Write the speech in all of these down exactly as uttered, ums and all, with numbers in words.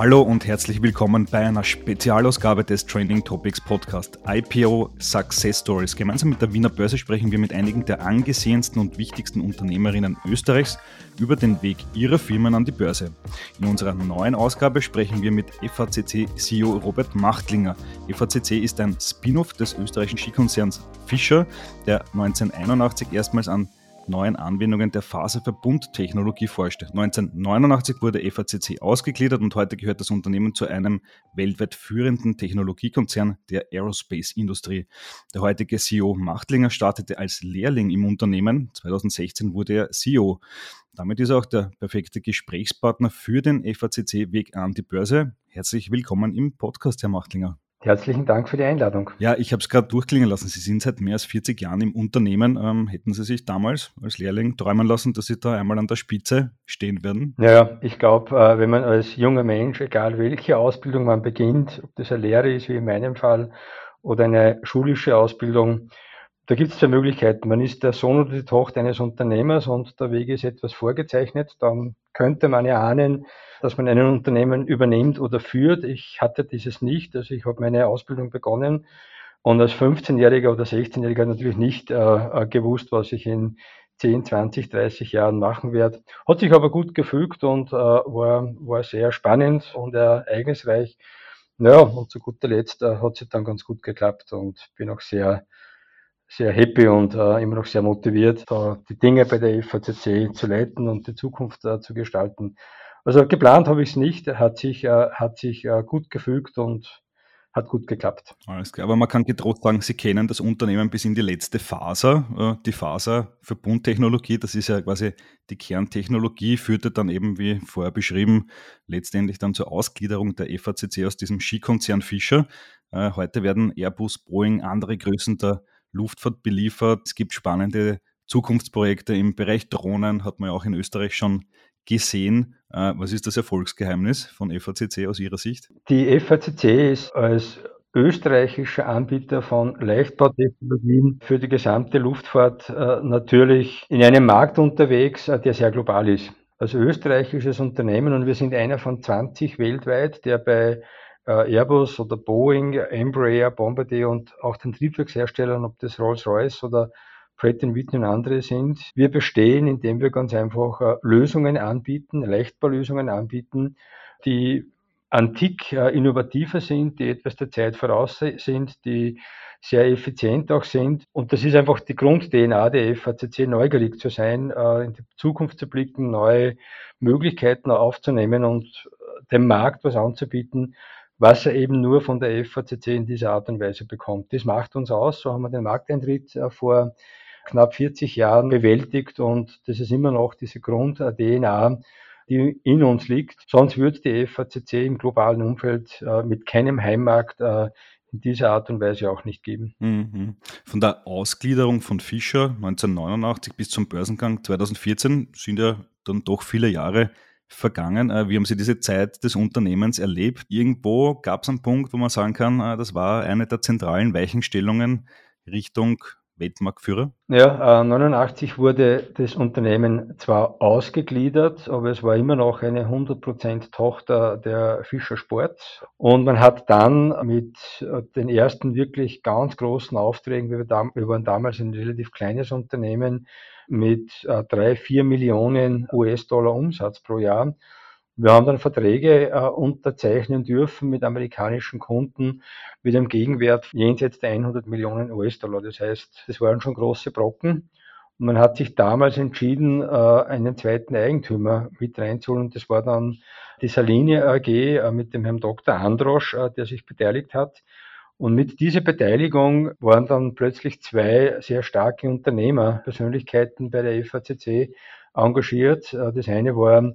Hallo und herzlich willkommen bei einer Spezialausgabe des Trending Topics Podcast I P O Success Stories. Gemeinsam mit der Wiener Börse sprechen wir mit einigen der angesehensten und wichtigsten Unternehmerinnen Österreichs über den Weg ihrer Firmen an die Börse. In unserer neuen Ausgabe sprechen wir mit F A C C-C E O Robert Machtlinger. F A C C ist ein Spin-off des österreichischen Skikonzerns Fischer, der neunzehnhunderteinundachtzig erstmals an neuen Anwendungen der Faserverbundtechnologie forschte. neunzehnhundertneunundachtzig wurde F A C C ausgegliedert und heute gehört das Unternehmen zu einem weltweit führenden Technologiekonzern der Aerospace-Industrie. Der heutige C E O Machtlinger startete als Lehrling im Unternehmen. zweitausendsechzehn wurde er C E O. Damit ist er auch der perfekte Gesprächspartner für den F A C C-Weg an die Börse. Herzlich willkommen im Podcast, Herr Machtlinger. Herzlichen Dank für die Einladung. Ja, ich habe es gerade durchklingen lassen. Sie sind seit mehr als vierzig Jahren im Unternehmen. Ähm, hätten Sie sich damals als Lehrling träumen lassen, dass Sie da einmal an der Spitze stehen werden? Naja, ich glaube, äh, wenn man als junger Mensch, egal welche Ausbildung man beginnt, ob das eine Lehre ist, wie in meinem Fall, oder eine schulische Ausbildung, da gibt es zwei Möglichkeiten. Man ist der Sohn oder die Tochter eines Unternehmers und der Weg ist etwas vorgezeichnet. Dann könnte man ja ahnen, dass man ein Unternehmen übernimmt oder führt. Ich hatte dieses nicht. Also ich habe meine Ausbildung begonnen und als fünfzehnjähriger oder sechzehnjähriger natürlich nicht äh, gewusst, was ich in zehn, zwanzig, dreißig Jahren machen werde. Hat sich aber gut gefügt und äh, war, war sehr spannend und ereignisreich. Naja, und zu guter Letzt äh, hat es dann ganz gut geklappt und bin auch sehr sehr happy und äh, immer noch sehr motiviert, da die Dinge bei der F A C C zu leiten und die Zukunft äh, zu gestalten. Also geplant habe ich es nicht, hat sich, äh, hat sich äh, gut gefügt und hat gut geklappt. Alles klar, aber man kann getrost sagen, Sie kennen das Unternehmen bis in die letzte Faser. Äh, die Faserverbundtechnologie, das ist ja quasi die Kerntechnologie, führte dann eben, wie vorher beschrieben, letztendlich dann zur Ausgliederung der F A C C aus diesem Skikonzern Fischer. Äh, heute werden Airbus, Boeing, andere Größen der Luftfahrt beliefert. Es gibt spannende Zukunftsprojekte im Bereich Drohnen, hat man ja auch in Österreich schon gesehen. Äh, was ist das Erfolgsgeheimnis von F A C C aus Ihrer Sicht? Die F A C C ist als österreichischer Anbieter von Leichtbautechnologien für die gesamte Luftfahrt äh, natürlich in einem Markt unterwegs, äh, der sehr global ist. Als österreichisches Unternehmen, und wir sind einer von zwanzig weltweit, der bei äh, Airbus oder Boeing, Embraer, Bombardier und auch den Triebwerksherstellern, ob das Rolls-Royce oder Pratt and Whitney und andere sind. Wir bestehen, indem wir ganz einfach äh, Lösungen anbieten, Leichtbaulösungen anbieten, die antik äh, innovativer sind, die etwas der Zeit voraus sind, die sehr effizient auch sind. Und das ist einfach die Grund-D N A der F A C C, neugierig zu sein, äh, in die Zukunft zu blicken, neue Möglichkeiten aufzunehmen und dem Markt was anzubieten, was er eben nur von der F A C C in dieser Art und Weise bekommt. Das macht uns aus. So haben wir den Markteintritt äh, vor knapp vierzig Jahren bewältigt und das ist immer noch diese Grund-D N A, die in uns liegt. Sonst würde die F A C C im globalen Umfeld äh, mit keinem Heimmarkt äh, in dieser Art und Weise auch nicht geben. Mhm. Von der Ausgliederung von Fischer neunzehnhundertneunundachtzig bis zum Börsengang zweitausendvierzehn sind ja dann doch viele Jahre vergangen. Wie haben Sie diese Zeit des Unternehmens erlebt? Irgendwo gab es einen Punkt, wo man sagen kann, das war eine der zentralen Weichenstellungen Richtung Weltmarktführer? Ja, äh, neunundachtzig wurde das Unternehmen zwar ausgegliedert, aber es war immer noch eine hundert Prozent Tochter der Fischer Sport. Und man hat dann mit äh, den ersten wirklich ganz großen Aufträgen, wir, dam- wir waren damals ein relativ kleines Unternehmen mit äh, drei, vier Millionen U S-Dollar Umsatz pro Jahr. Wir haben dann Verträge äh, unterzeichnen dürfen mit amerikanischen Kunden mit einem Gegenwert jenseits der hundert Millionen U S-Dollar. Das heißt, das waren schon große Brocken. Und man hat sich damals entschieden, äh, einen zweiten Eigentümer mit reinzuholen. Und das war dann die Saline A G äh, mit dem Herrn Doktor Androsch, äh, der sich beteiligt hat. Und mit dieser Beteiligung waren dann plötzlich zwei sehr starke Unternehmerpersönlichkeiten bei der F A C C engagiert. Äh, das eine war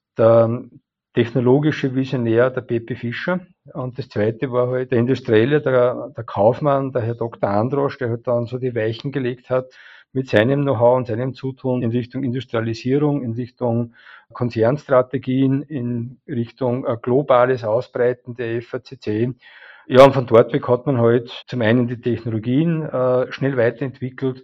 der technologische Visionär, der Pepe Fischer. Und das zweite war halt der Industrielle, der, der Kaufmann, der Herr Doktor Androsch, der halt dann so die Weichen gelegt hat mit seinem Know-how und seinem Zutun in Richtung Industrialisierung, in Richtung Konzernstrategien, in Richtung äh, globales Ausbreiten der F A C C. Ja, und von dort weg hat man halt zum einen die Technologien äh, schnell weiterentwickelt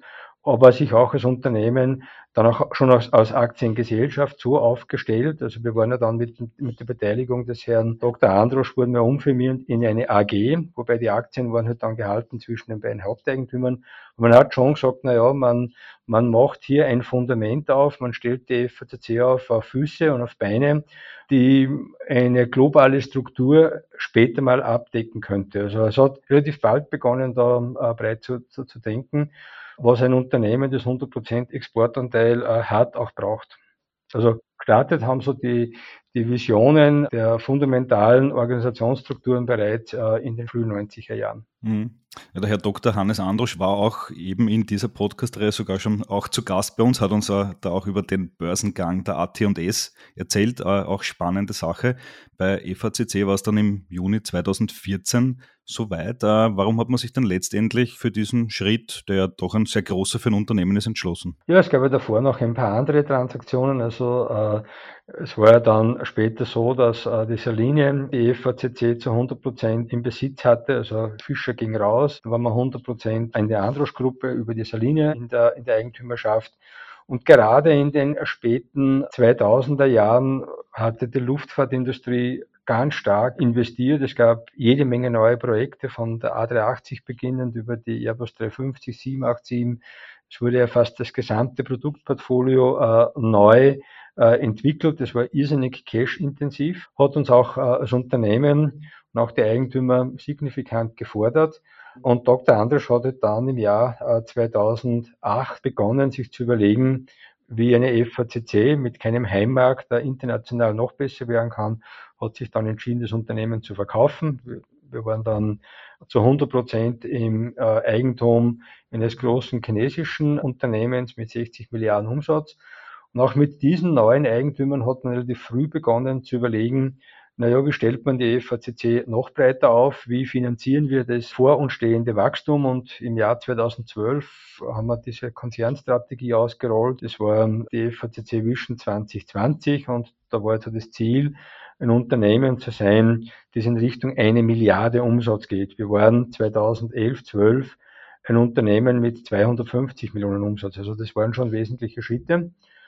aber sich auch als Unternehmen dann auch schon als, als Aktiengesellschaft so aufgestellt. Also wir waren ja dann mit, mit der Beteiligung des Herrn Doktor Androsch wurden wir umfirmiert in eine A G, wobei die Aktien waren halt dann gehalten zwischen den beiden Haupteigentümern. Und man hat schon gesagt, na ja, man, man macht hier ein Fundament auf, man stellt die F A C C auf, auf Füße und auf Beine, die eine globale Struktur später mal abdecken könnte. Also es hat relativ bald begonnen, da äh, breit zu, zu, zu denken, was ein Unternehmen, das hundert Prozent Exportanteil äh, hat, auch braucht. Also gestartet haben so die, die Visionen der fundamentalen Organisationsstrukturen bereits äh, in den frühen neunziger Jahren. Mhm. Ja, der Herr Doktor Hannes Androsch war auch eben in dieser Podcast-Reihe sogar schon auch zu Gast bei uns, hat uns äh, da auch über den Börsengang der A T und S erzählt, äh, auch spannende Sache. Bei F A C C war es dann im Juni zweitausendvierzehn soweit. Äh, warum hat man sich dann letztendlich für diesen Schritt, der ja doch ein sehr großer für ein Unternehmen ist, entschlossen? Ja, es gab ja davor noch ein paar andere Transaktionen. Also äh, es war ja dann später so, dass äh, die Saline die F A C C zu hundert Prozent im Besitz hatte. Also Fischer ging raus, dann war man hundert Prozent in der Androsch-Gruppe über die Saline in der, in der Eigentümerschaft. Und gerade in den späten zweitausender Jahren hatte die Luftfahrtindustrie ganz stark investiert. Es gab jede Menge neue Projekte von der A dreihundertachtzig beginnend über die Airbus dreihundertfünfzig, siebenhundertachtzig. Es wurde ja fast das gesamte Produktportfolio äh, neu äh, entwickelt. Das war irrsinnig cash-intensiv, hat uns auch äh, als Unternehmen und auch die Eigentümer signifikant gefordert. Und Doktor Androsch hatte dann im Jahr äh, zweitausendacht begonnen, sich zu überlegen, wie eine F A C C mit keinem Heimmarkt da international noch besser werden kann, hat sich dann entschieden, das Unternehmen zu verkaufen. Wir waren dann zu hundert Prozent im äh, Eigentum eines großen chinesischen Unternehmens mit sechzig Milliarden Umsatz. Und auch mit diesen neuen Eigentümern hat man relativ früh begonnen zu überlegen, naja, wie stellt man die F A C C noch breiter auf? Wie finanzieren wir das vor uns stehende Wachstum? Und im Jahr zweitausendzwölf haben wir diese Konzernstrategie ausgerollt. Das war die F A C C Vision zwanzig zwanzig und da war also das Ziel, ein Unternehmen zu sein, das in Richtung eine Milliarde Umsatz geht. Wir waren zweitausendelf, zwölf ein Unternehmen mit zweihundertfünfzig Millionen Umsatz. Also das waren schon wesentliche Schritte.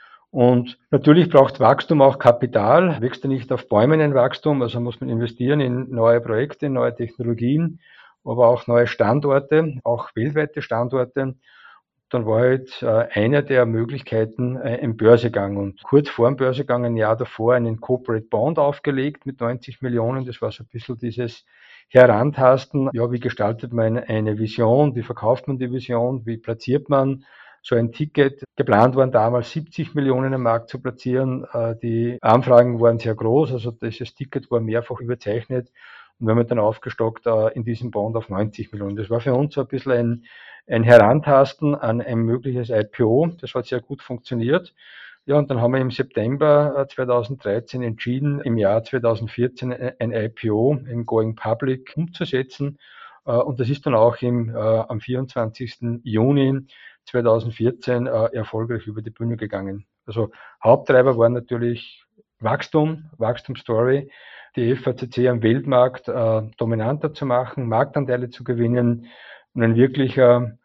Und natürlich braucht Wachstum auch Kapital, wächst ja nicht auf Bäumen ein Wachstum, also muss man investieren in neue Projekte, neue Technologien, aber auch neue Standorte, auch weltweite Standorte. Dann war halt äh, eine der Möglichkeiten äh, ein Börsegang und kurz vor dem Börsegang, ein Jahr davor, einen Corporate Bond aufgelegt mit neunzig Millionen. Das war so ein bisschen dieses Herantasten. Ja, wie gestaltet man eine Vision? Wie verkauft man die Vision? Wie platziert man so ein Ticket? Geplant waren damals siebzig Millionen am Markt zu platzieren. Äh, die Anfragen waren sehr groß, also dieses Ticket war mehrfach überzeichnet. Und wir haben dann aufgestockt äh, in diesem Bond auf neunzig Millionen. Das war für uns so ein bisschen ein ein Herantasten an ein mögliches I P O. Das hat sehr gut funktioniert. Ja, und dann haben wir im September zweitausenddreizehn entschieden, im Jahr zweitausendvierzehn ein I P O, ein Going Public, umzusetzen. Und das ist dann auch im, am vierundzwanzigsten Juni zweitausendvierzehn erfolgreich über die Bühne gegangen. Also Haupttreiber waren natürlich Wachstum, Wachstumsstory, die F A C C am Weltmarkt äh, dominanter zu machen, Marktanteile zu gewinnen und ein wirklicher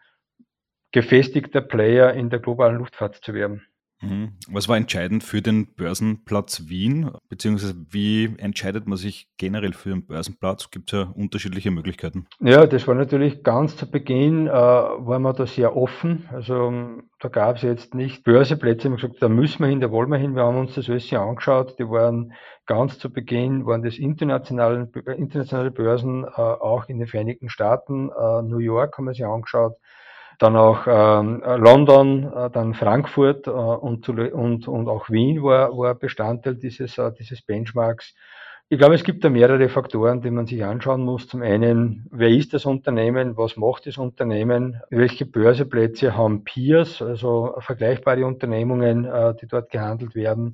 gefestigter Player in der globalen Luftfahrt zu werden. Mhm. Was war entscheidend für den Börsenplatz Wien? Beziehungsweise wie entscheidet man sich generell für einen Börsenplatz? Gibt es ja unterschiedliche Möglichkeiten. Ja, das war natürlich ganz zu Beginn, äh, waren wir da sehr offen. Also da gab es jetzt nicht Börseplätze. Wir haben gesagt, da müssen wir hin, da wollen wir hin. Wir haben uns das alles hier angeschaut. Die waren ganz zu Beginn, waren das internationale, internationale Börsen, äh, auch in den Vereinigten Staaten. Äh, New York haben wir sich angeschaut. Dann auch ähm, London, äh, dann Frankfurt äh, und, und, und auch Wien war, war Bestandteil dieses, äh, dieses Benchmarks. Ich glaube, es gibt da mehrere Faktoren, die man sich anschauen muss. Zum einen, wer ist das Unternehmen? Was macht das Unternehmen? Welche Börseplätze haben Peers, also vergleichbare Unternehmungen, äh, die dort gehandelt werden?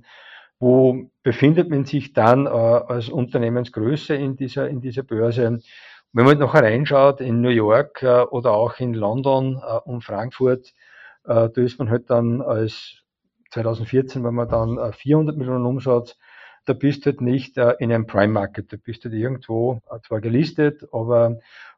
Wo befindet man sich dann äh, als Unternehmensgröße in dieser, in dieser Börse? Wenn man noch reinschaut in New York äh, oder auch in London äh, und Frankfurt, äh, da ist man halt dann als zweitausendvierzehn, wenn man dann äh, vierhundert Millionen Umsatz, da bist du halt nicht äh, in einem Prime Market, da bist du halt irgendwo äh, zwar gelistet, aber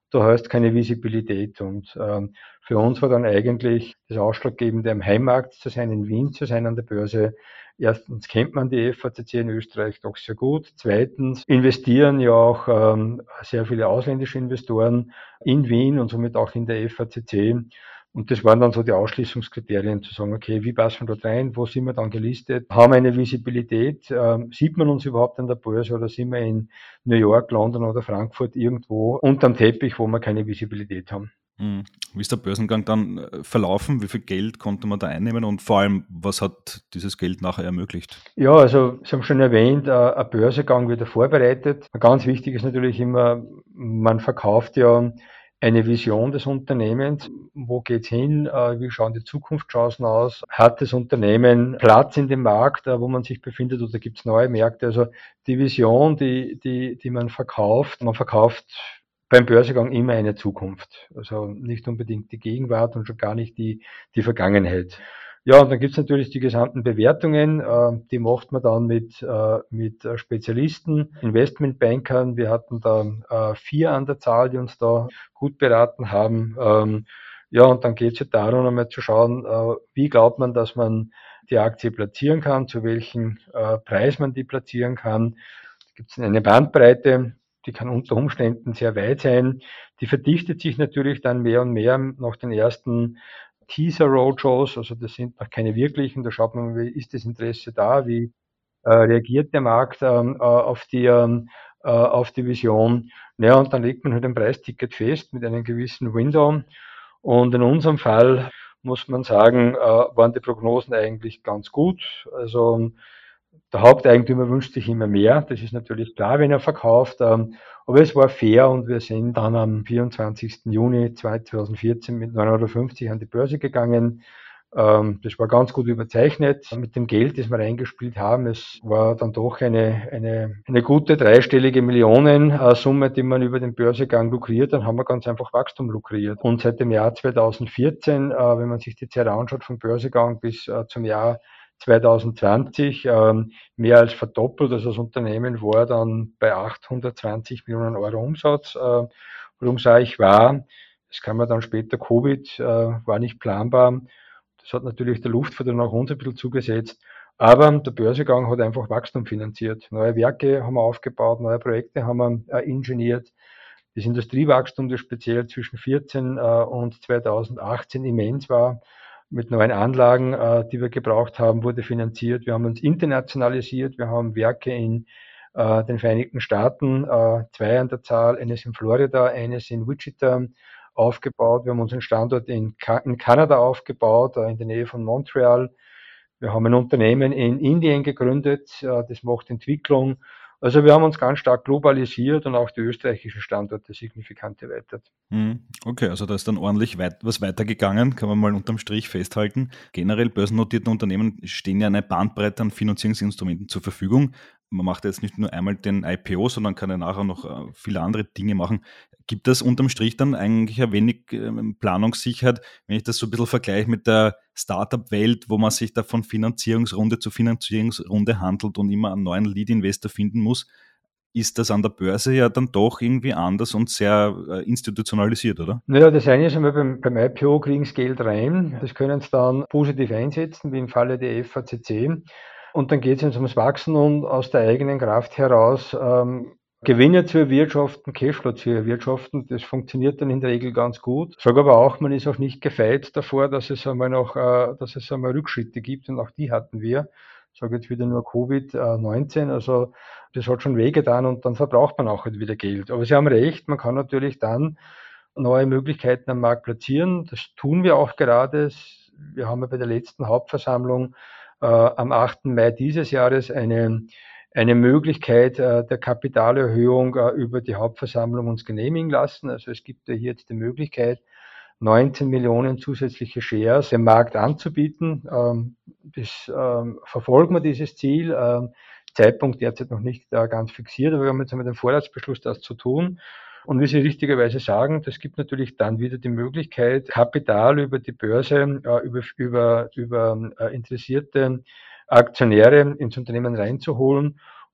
du hast keine Visibilität. Und ähm, für uns war dann eigentlich das Ausschlaggebende, am Heimmarkt zu sein, in Wien zu sein an der Börse. Erstens kennt man die F A C C in Österreich doch sehr gut. Zweitens investieren ja auch ähm, sehr viele ausländische Investoren in Wien und somit auch in der F A C C. Und das waren dann so die Ausschließungskriterien, zu sagen, okay, wie passen wir dort rein, wo sind wir dann gelistet, haben wir eine Visibilität, ähm, sieht man uns überhaupt an der Börse oder sind wir in New York, London oder Frankfurt irgendwo unterm Teppich, wo wir keine Visibilität haben. Mhm. Wie ist der Börsengang dann äh, verlaufen? Wie viel Geld konnte man da einnehmen und vor allem, was hat dieses Geld nachher ermöglicht? Ja, also Sie haben schon erwähnt, äh, ein Börsegang wird ja vorbereitet. Ganz wichtig ist natürlich immer, man verkauft ja eine Vision des Unternehmens. Wo geht's hin? Äh, Wie schauen die Zukunftschancen aus? Hat das Unternehmen Platz in dem Markt, äh, wo man sich befindet, oder gibt's neue Märkte? Also die Vision, die, die, die man verkauft, man verkauft beim Börsegang immer eine Zukunft. Also nicht unbedingt die Gegenwart und schon gar nicht die, die Vergangenheit. Ja, und dann gibt's natürlich die gesamten Bewertungen, äh, die macht man dann mit, äh, mit äh, Spezialisten, Investmentbankern. Wir hatten da äh, vier an der Zahl, die uns da gut beraten haben. Ähm, ja, und dann geht's ja darum, einmal zu schauen, äh, wie glaubt man, dass man die Aktie platzieren kann, zu welchem äh, Preis man die platzieren kann. Da gibt's eine Bandbreite, die kann unter Umständen sehr weit sein. Die verdichtet sich natürlich dann mehr und mehr nach den ersten Teaser-Roadshows, also das sind noch keine wirklichen, da schaut man, wie ist das Interesse da, wie äh, reagiert der Markt ähm, äh, auf die ähm, äh, auf die Vision. Ja, und dann legt man halt ein Preisticket fest mit einem gewissen Window. Und in unserem Fall muss man sagen, äh, waren die Prognosen eigentlich ganz gut. Also der Haupteigentümer wünscht sich immer mehr. Das ist natürlich klar, wenn er verkauft. Ähm, aber es war fair und wir sind dann am vierundzwanzigsten Juni zweitausendvierzehn mit neun Euro fünfzig an die Börse gegangen. Ähm, das war ganz gut überzeichnet mit dem Geld, das wir reingespielt haben. Es war dann doch eine, eine, eine gute dreistellige Millionensumme, die man über den Börsegang lukriert. Dann haben wir ganz einfach Wachstum lukriert. Und seit dem Jahr zweitausendvierzehn, äh, wenn man sich die Zeit anschaut, vom Börsegang bis äh, zum Jahr zweitausendzwanzig, ähm, mehr als verdoppelt. Also das Unternehmen war dann bei achthundertzwanzig Millionen Euro Umsatz. Äh, warum sage ich war? Das kam ja dann später Covid, äh, war nicht planbar. Das hat natürlich der Luftfahrt auch uns ein bisschen zugesetzt. Aber der Börsegang hat einfach Wachstum finanziert. Neue Werke haben wir aufgebaut, neue Projekte haben wir äh, ingeniert. Das Industriewachstum, das speziell zwischen vierzehn äh, und zweitausendachtzehn immens war, mit neuen Anlagen, äh, die wir gebraucht haben, wurde finanziert. Wir haben uns internationalisiert. Wir haben Werke in äh, den Vereinigten Staaten, äh, zwei an der Zahl, eines in Florida, eines in Wichita aufgebaut. Wir haben unseren Standort in, Ka- in Kanada aufgebaut, äh, in der Nähe von Montreal. Wir haben ein Unternehmen in Indien gegründet, äh, das macht Entwicklung. Also wir haben uns ganz stark globalisiert und auch die österreichischen Standorte signifikant erweitert. Mhm. Okay, also da ist dann ordentlich weit, was weitergegangen, kann man mal unterm Strich festhalten. Generell börsennotierten Unternehmen stehen ja eine Bandbreite an Finanzierungsinstrumenten zur Verfügung. Man macht jetzt nicht nur einmal den I P O, sondern kann ja nachher noch äh, viele andere Dinge machen. Gibt das unterm Strich dann eigentlich ein wenig äh, Planungssicherheit, wenn ich das so ein bisschen vergleiche mit der Startup-Welt, wo man sich da von Finanzierungsrunde zu Finanzierungsrunde handelt und immer einen neuen Lead-Investor finden muss? Ist das an der Börse ja dann doch irgendwie anders und sehr äh, institutionalisiert, oder? Naja, das eine ist einmal beim, beim I P O kriegen sie Geld rein. Das können sie dann positiv einsetzen, wie im Falle der F A C C. Und dann geht es ums Wachsen und aus der eigenen Kraft heraus ähm, Gewinne zu erwirtschaften, Cashflow zu erwirtschaften. Das funktioniert dann in der Regel ganz gut. Ich sage aber auch, man ist auch nicht gefeit davor, dass es einmal noch, äh, dass es einmal Rückschritte gibt und auch die hatten wir. Ich sage jetzt wieder nur Covid neunzehn, also das hat schon wehgetan und dann verbraucht man auch halt wieder Geld. Aber Sie haben recht, man kann natürlich dann neue Möglichkeiten am Markt platzieren. Das tun wir auch gerade. Wir haben ja bei der letzten Hauptversammlung äh, am achten Mai dieses Jahres eine, eine Möglichkeit äh, der Kapitalerhöhung äh, über die Hauptversammlung uns genehmigen lassen. Also es gibt ja hier jetzt die Möglichkeit, neunzehn Millionen zusätzliche Shares dem Markt anzubieten. Ähm, das ähm, verfolgen wir dieses Ziel. Ähm, Zeitpunkt derzeit noch nicht äh, ganz fixiert, aber wir haben jetzt einmal den Vorratsbeschluss, das zu tun. Und wie Sie richtigerweise sagen, das gibt natürlich dann wieder die Möglichkeit, Kapital über die Börse, äh, über, über, über äh, interessierte Aktionäre ins Unternehmen reinzuholen.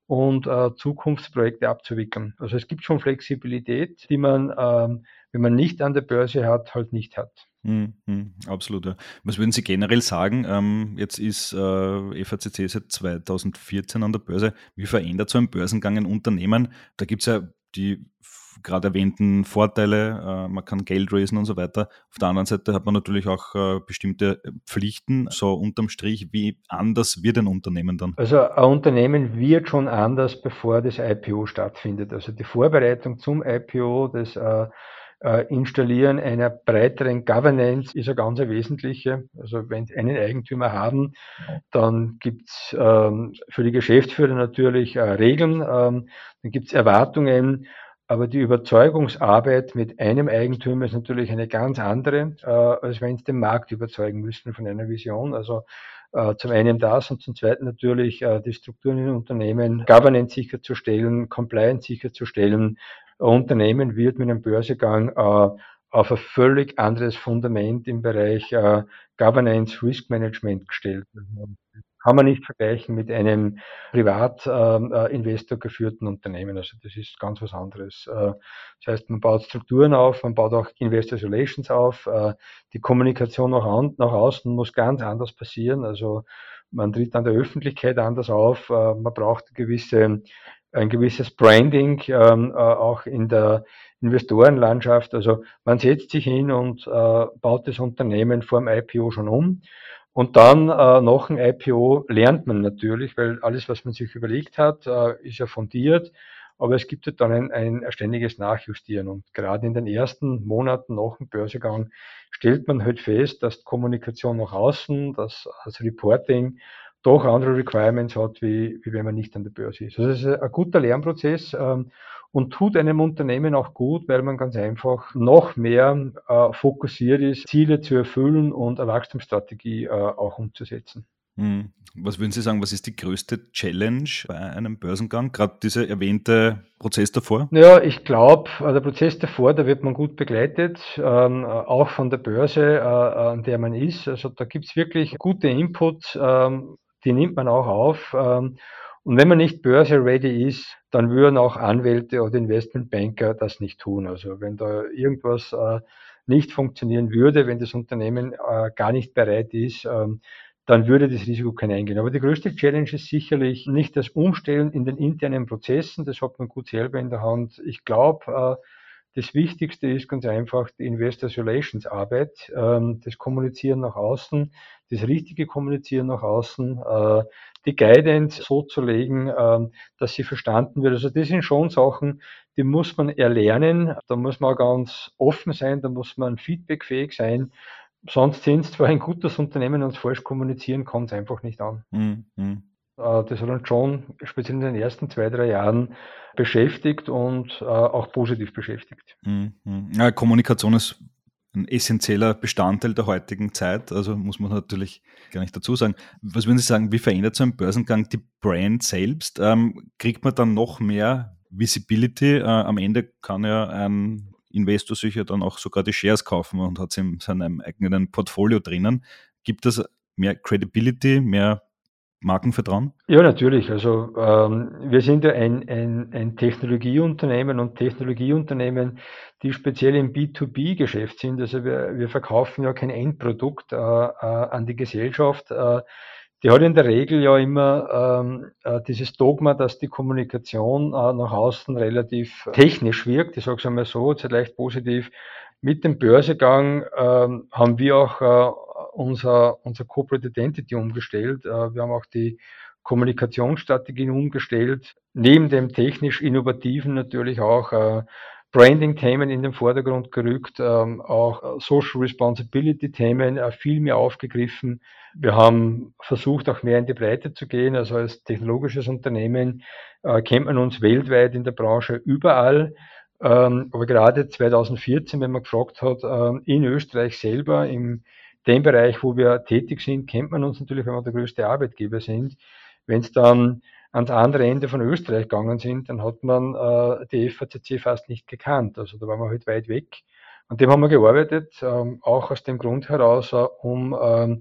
und äh, Zukunftsprojekte abzuwickeln. Also es gibt schon Flexibilität, die man, ähm, wenn man nicht an der Börse hat, halt nicht hat. Mhm, mhm, absolut, ja. Was würden Sie generell sagen? Ähm, jetzt ist äh, F A C C seit zweitausendvierzehn an der Börse. Wie verändert so ein Börsengang ein Unternehmen? Da gibt es ja die f- gerade erwähnten Vorteile, äh, man kann Geld raisen und so weiter. Auf der anderen Seite hat man natürlich auch äh, bestimmte Pflichten. So unterm Strich, wie anders wird ein Unternehmen dann? Also ein Unternehmen wird schon anders, bevor das I P O stattfindet. Also die Vorbereitung zum I P O, das äh, äh, Installieren einer breiteren Governance ist eine ganz wesentliche. Also wenn Sie einen Eigentümer haben, dann gibt's ähm, für die Geschäftsführer natürlich äh, Regeln, ähm, dann gibt's Erwartungen, aber die Überzeugungsarbeit mit einem Eigentümer ist natürlich eine ganz andere, äh, als wenn Sie den Markt überzeugen müssen von einer Vision. Also äh, zum einen das und zum zweiten natürlich äh, die Strukturen in den Unternehmen, Governance sicherzustellen, Compliance sicherzustellen. Ein Unternehmen wird mit einem Börsegang äh, auf ein völlig anderes Fundament im Bereich äh, Governance, Risk Management gestellt. Kann man nicht vergleichen mit einem Privatinvestor äh, geführten Unternehmen. Also das ist ganz was anderes. Äh, das heißt, man baut Strukturen auf, man baut auch Investor Relations auf. Äh, die Kommunikation nach, an, nach außen muss ganz anders passieren. Also man tritt an der Öffentlichkeit anders auf. Äh, man braucht gewisse, ein gewisses Branding, ähm, äh, auch in der Investorenlandschaft. Also man setzt sich hin und äh, baut das Unternehmen vor dem I P O schon um. Und dann äh, nach dem I P O lernt man natürlich, weil alles, was man sich überlegt hat, äh, ist ja fundiert, aber es gibt ja dann ein, ein ständiges Nachjustieren. Und gerade in den ersten Monaten nach dem Börsegang stellt man halt fest, dass die Kommunikation nach außen, dass das Reporting doch andere Requirements hat, wie, wie wenn man nicht an der Börse ist. Also es ist ein guter Lernprozess ähm, und tut einem Unternehmen auch gut, weil man ganz einfach noch mehr äh, fokussiert ist, Ziele zu erfüllen und eine Wachstumsstrategie äh, auch umzusetzen. Hm. Was würden Sie sagen, was ist die größte Challenge bei einem Börsengang? Gerade dieser erwähnte Prozess davor? Ja, ich glaube, der Prozess davor, da wird man gut begleitet, ähm, auch von der Börse, äh, an der man ist. Also da gibt's wirklich gute Inputs, ähm, die nimmt man auch auf. Ähm, und wenn man nicht börse-ready ist, dann würden auch Anwälte oder Investmentbanker das nicht tun. Also wenn da irgendwas äh, nicht funktionieren würde, wenn das Unternehmen äh, gar nicht bereit ist, ähm, dann würde das Risiko kein eingehen. Aber die größte Challenge ist sicherlich nicht das Umstellen in den internen Prozessen, das hat man gut selber in der Hand. Ich glaube, äh, das Wichtigste ist ganz einfach die Investor Relations Arbeit, ähm, das Kommunizieren nach außen, das richtige Kommunizieren nach außen, äh, die Guidance so zu legen, äh, dass sie verstanden wird. Also das sind schon Sachen, die muss man erlernen. Da muss man auch ganz offen sein, da muss man feedbackfähig sein. Sonst sind es zwar ein gutes Unternehmen und falsch kommunizieren kann es einfach nicht an. Hm, hm, Äh, Das hat uns schon, speziell in den ersten zwei, drei Jahren, beschäftigt und äh, auch positiv beschäftigt. hm, hm. Ja, Kommunikation ist ein essentieller Bestandteil der heutigen Zeit, also muss man natürlich gar nicht dazu sagen. Was würden Sie sagen, wie verändert so ein Börsengang die Brand selbst? Ähm, kriegt man dann noch mehr Visibility? Äh, am Ende kann ja ein Investor sich ja dann auch sogar die Shares kaufen und hat sie in seinem eigenen Portfolio drinnen. Gibt es mehr Credibility, mehr Markenvertrauen? Ja, natürlich. Also ähm, wir sind ja ein, ein, ein Technologieunternehmen und Technologieunternehmen, die speziell im B zwei B-Geschäft sind. Also wir, wir verkaufen ja kein Endprodukt äh, äh, an die Gesellschaft. Äh, die hat in der Regel ja immer ähm, äh, dieses Dogma, dass die Kommunikation äh, nach außen relativ technisch wirkt. Ich sage es einmal so, jetzt leicht positiv. Mit dem Börsegang ähm, haben wir auch äh, unser, unser Corporate Identity umgestellt. Äh, wir haben auch die Kommunikationsstrategien umgestellt. Neben dem technisch Innovativen natürlich auch äh, Branding-Themen in den Vordergrund gerückt, ähm, auch Social Responsibility-Themen äh, viel mehr aufgegriffen. Wir haben versucht, auch mehr in die Breite zu gehen. Also als technologisches Unternehmen äh, kennt man uns weltweit in der Branche überall. Ähm, aber gerade zweitausendvierzehn, wenn man gefragt hat, ähm, in Österreich selber, im dem Bereich, wo wir tätig sind, kennt man uns natürlich, weil wir der größte Arbeitgeber sind. Wenn es dann ans andere Ende von Österreich gegangen sind, dann hat man äh, die F A C C fast nicht gekannt. Also da waren wir halt weit weg. An dem haben wir gearbeitet, ähm, auch aus dem Grund heraus, äh, um ähm,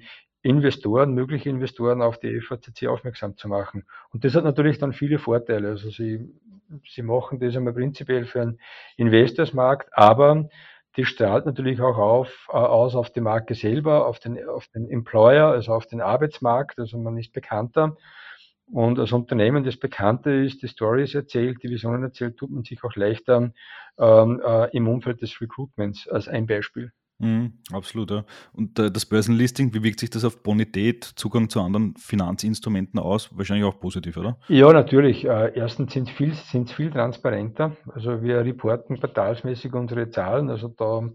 Investoren, mögliche Investoren auf die F A C C aufmerksam zu machen. Und das hat natürlich dann viele Vorteile. Also sie, sie machen das einmal prinzipiell für einen Investorsmarkt, aber das strahlt natürlich auch auf, äh, aus auf die Marke selber, auf den, auf den Employer, also auf den Arbeitsmarkt. Also man ist bekannter. Und als Unternehmen, das bekannter ist, die Stories erzählt, die Visionen erzählt, tut man sich auch leichter ähm, äh, im Umfeld des Recruitments, als ein Beispiel. Mhm, absolut, ja. Und äh, das Börsenlisting, wie wirkt sich das auf Bonität, Zugang zu anderen Finanzinstrumenten aus? Wahrscheinlich auch positiv, oder? Ja, natürlich. Äh, erstens sind viel, sind viel transparenter. Also wir reporten quartalsmäßig unsere Zahlen. Also da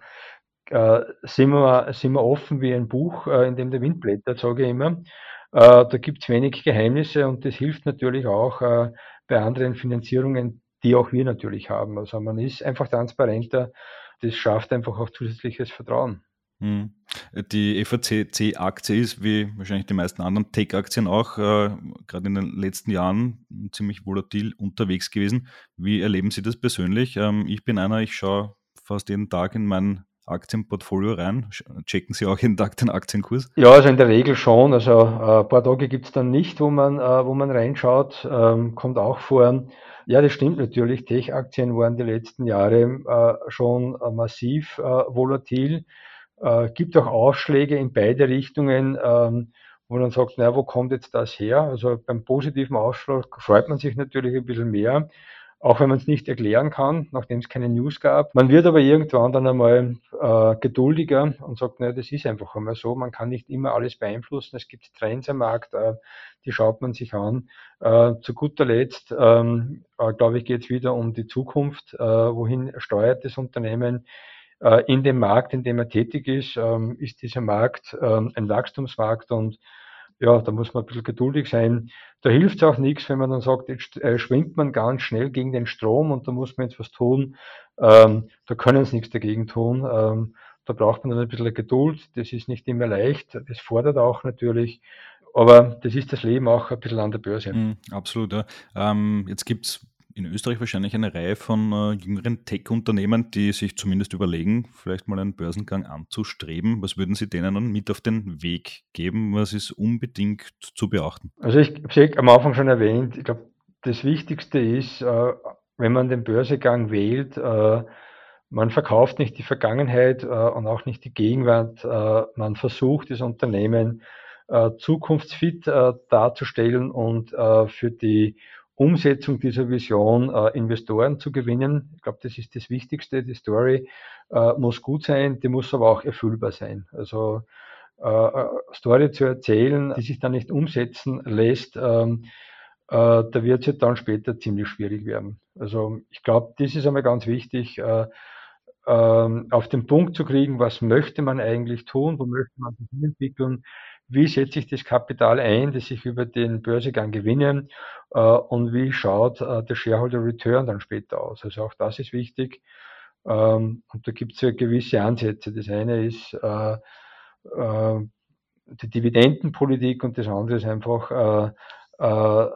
äh, sind wir, sind wir offen wie ein Buch, äh, in dem der Wind blättert, sage ich immer. Äh, da gibt es wenig Geheimnisse und das hilft natürlich auch äh, bei anderen Finanzierungen, die auch wir natürlich haben. Also man ist einfach transparenter. Das schafft einfach auch zusätzliches Vertrauen. Mhm. Die F A C C-Aktie ist, wie wahrscheinlich die meisten anderen Tech-Aktien auch, äh, gerade in den letzten Jahren ziemlich volatil unterwegs gewesen. Wie erleben Sie das persönlich? Ähm, ich bin einer, ich schaue fast jeden Tag in mein Aktienportfolio rein. Sch- Checken Sie auch jeden Tag den Aktienkurs? Ja, also in der Regel schon. Also äh, ein paar Tage gibt's dann nicht, wo man, äh, wo man reinschaut. Ähm, kommt auch vor. Ja, das stimmt natürlich. Tech-Aktien waren die letzten Jahre äh, schon äh, massiv äh, volatil. Äh, gibt auch Ausschläge in beide Richtungen, ähm, wo man dann sagt, naja, wo kommt jetzt das her? Also beim positiven Ausschlag freut man sich natürlich ein bisschen mehr, auch wenn man es nicht erklären kann, nachdem es keine News gab. Man wird aber irgendwann dann einmal äh, geduldiger und sagt, naja, das ist einfach einmal so. Man kann nicht immer alles beeinflussen. Es gibt Trends am Markt, äh, die schaut man sich an. Äh, zu guter Letzt, ähm, äh, glaube ich, geht es wieder um die Zukunft. Äh, wohin steuert das Unternehmen? Äh, in dem Markt, in dem er tätig ist, ähm, ist dieser Markt ähm, ein Wachstumsmarkt und ja, da muss man ein bisschen geduldig sein. Da hilft es auch nichts, wenn man dann sagt, jetzt äh, schwingt man ganz schnell gegen den Strom und da muss man jetzt was tun. Ähm, da können sie nichts dagegen tun. Ähm, da braucht man dann ein bisschen Geduld. Das ist nicht immer leicht. Das fordert auch natürlich. Aber das ist das Leben auch ein bisschen an der Börse. Mhm, absolut, ja. Ähm, jetzt gibt es in Österreich wahrscheinlich eine Reihe von äh, jüngeren Tech-Unternehmen, die sich zumindest überlegen, vielleicht mal einen Börsengang anzustreben. Was würden Sie denen dann mit auf den Weg geben? Was ist unbedingt zu beachten? Also ich habe es am Anfang schon erwähnt, ich glaube, das Wichtigste ist, äh, wenn man den Börsegang wählt, äh, man verkauft nicht die Vergangenheit äh, und auch nicht die Gegenwart. Äh, man versucht, das Unternehmen äh, zukunftsfit äh, darzustellen und äh, für die Umsetzung dieser Vision äh, Investoren zu gewinnen. Ich glaube, das ist das Wichtigste. Die Story äh, muss gut sein, die muss aber auch erfüllbar sein. Also äh, Story zu erzählen, die sich dann nicht umsetzen lässt, ähm, äh, da wird es ja dann später ziemlich schwierig werden. Also ich glaube, das ist einmal ganz wichtig, äh, ähm, auf den Punkt zu kriegen, was möchte man eigentlich tun, wo möchte man sich entwickeln, wie setze ich das Kapital ein, das ich über den Börsegang gewinne äh, und wie schaut äh, der Shareholder Return dann später aus. Also auch das ist wichtig. Ähm, und da gibt es ja gewisse Ansätze. Das eine ist äh, äh, die Dividendenpolitik und das andere ist einfach äh, äh,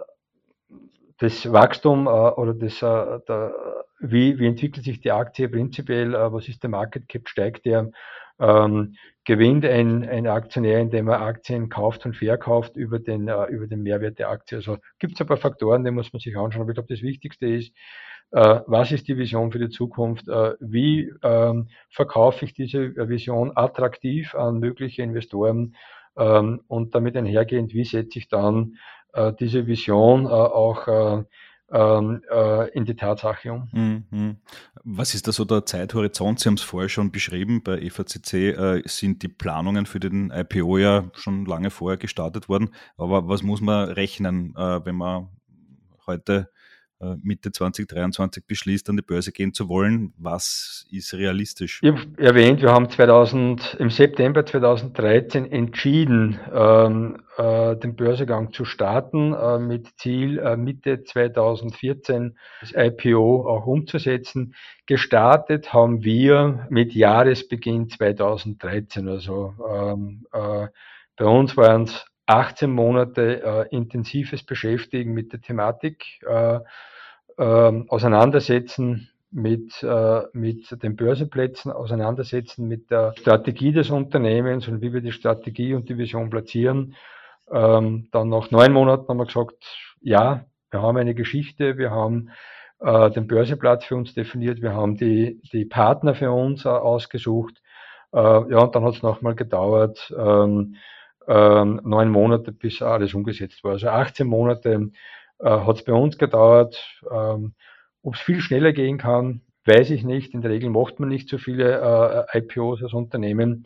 das Wachstum äh, oder das, äh, der, wie, wie entwickelt sich die Aktie prinzipiell, äh, was ist der Market Cap, steigt der, ähm, gewinnt ein, ein Aktionär, indem er Aktien kauft und verkauft über den, äh, über den Mehrwert der Aktie. Also gibt es ein paar Faktoren, die muss man sich anschauen, aber ich glaube, das Wichtigste ist, äh, was ist die Vision für die Zukunft, äh, wie ähm, verkaufe ich diese Vision attraktiv an mögliche Investoren ähm, und damit einhergehend, wie setze ich dann äh, diese Vision äh, auch äh, ähm, äh, in die Tatsache um. Mhm. Was ist da so der Zeithorizont? Sie haben es vorher schon beschrieben, bei F A C C äh, sind die Planungen für den I P O ja schon lange vorher gestartet worden. Aber was muss man rechnen, äh, wenn man heute äh, Mitte zwanzig dreiundzwanzig beschließt, an die Börse gehen zu wollen? Was ist realistisch? Ich habe erwähnt, wir haben zweitausend, im September zweitausenddreizehn entschieden, ähm, äh, den Börsegang zu starten, äh, mit Ziel, äh, Mitte zweitausendvierzehn das I P O auch umzusetzen. Gestartet haben wir mit Jahresbeginn zweitausenddreizehn. Also ähm, äh, bei uns waren es achtzehn Monate äh, intensives Beschäftigen mit der Thematik, äh, äh, auseinandersetzen mit, äh, mit den Börsenplätzen auseinandersetzen, mit der Strategie des Unternehmens und wie wir die Strategie und die Vision platzieren. Ähm, dann nach neun Monaten haben wir gesagt, ja, wir haben eine Geschichte, wir haben äh, den Börsenplatz für uns definiert, wir haben die, die Partner für uns äh, ausgesucht. Äh, ja, und dann hat es nochmal gedauert, ähm, ähm, neun Monate, bis alles umgesetzt war. Also achtzehn Monate äh, hat es bei uns gedauert. Ähm, Ob es viel schneller gehen kann, weiß ich nicht. In der Regel macht man nicht so viele äh, I P Os als Unternehmen.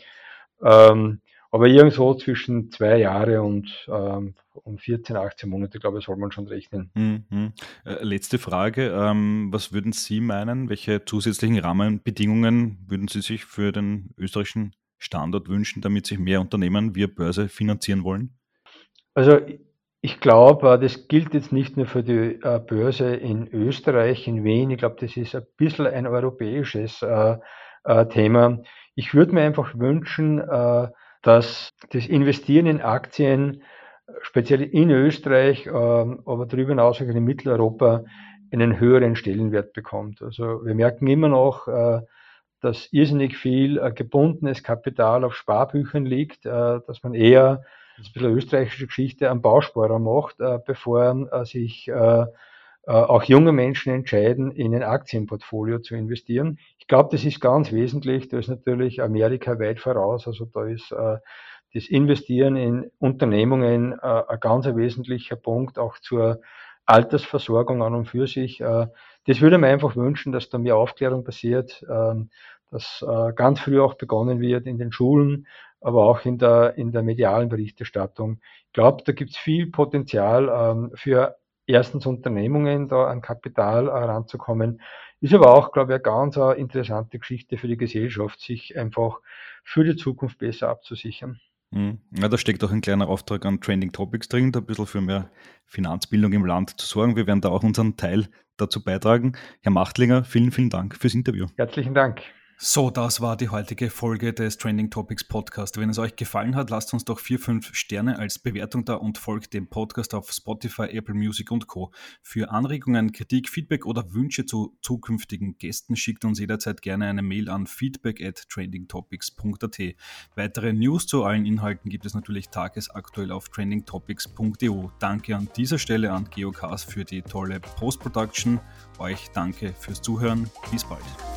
Ähm, aber irgendwo zwischen zwei Jahre und, ähm, und vierzehn, achtzehn Monate, glaube ich, soll man schon rechnen. Mhm. Äh, letzte Frage. Ähm, was würden Sie meinen? Welche zusätzlichen Rahmenbedingungen würden Sie sich für den österreichischen Standort wünschen, damit sich mehr Unternehmen via Börse finanzieren wollen? Also ich glaube, das gilt jetzt nicht nur für die äh, Börse in Österreich, in Wien. Ich glaube, das ist ein bisschen ein europäisches äh, äh, Thema. Ich würde mir einfach wünschen, äh, dass das Investieren in Aktien, speziell in Österreich, äh, aber darüber hinaus auch in Mitteleuropa, einen höheren Stellenwert bekommt. Also wir merken immer noch, äh, dass irrsinnig viel äh, gebundenes Kapital auf Sparbüchern liegt, äh, dass man eher, das ist ein bisschen eine österreichische Geschichte, einen Bausparer macht, äh, bevor äh, sich äh, äh, auch junge Menschen entscheiden, in ein Aktienportfolio zu investieren. Ich glaube, das ist ganz wesentlich. Da ist natürlich Amerika weit voraus. Also da ist äh, das Investieren in Unternehmungen äh, ein ganz wesentlicher Punkt, auch zur Altersversorgung an und für sich. Äh, das würde man einfach wünschen, dass da mehr Aufklärung passiert, ähm, dass äh, ganz früh auch begonnen wird in den Schulen, aber auch in der, in der medialen Berichterstattung. Ich glaube, da gibt es viel Potenzial ähm, für erstens Unternehmungen, da an Kapital heranzukommen. Ist aber auch, glaube ich, eine ganz äh, interessante Geschichte für die Gesellschaft, sich einfach für die Zukunft besser abzusichern. Mhm. Ja, da steckt auch ein kleiner Auftrag an Trending Topics drin, da ein bisschen für mehr Finanzbildung im Land zu sorgen. Wir werden da auch unseren Teil dazu beitragen. Herr Machtlinger, vielen, vielen Dank fürs Interview. Herzlichen Dank. So, das war die heutige Folge des Trending Topics Podcast. Wenn es euch gefallen hat, lasst uns doch vier, fünf Sterne als Bewertung da und folgt dem Podcast auf Spotify, Apple Music und Co. Für Anregungen, Kritik, Feedback oder Wünsche zu zukünftigen Gästen schickt uns jederzeit gerne eine Mail an feedback at trendingtopics punkt at. Weitere News zu allen Inhalten gibt es natürlich tagesaktuell auf trendingtopics punkt e u. Danke an dieser Stelle an Geocast für die tolle Post-Production. Euch danke fürs Zuhören. Bis bald.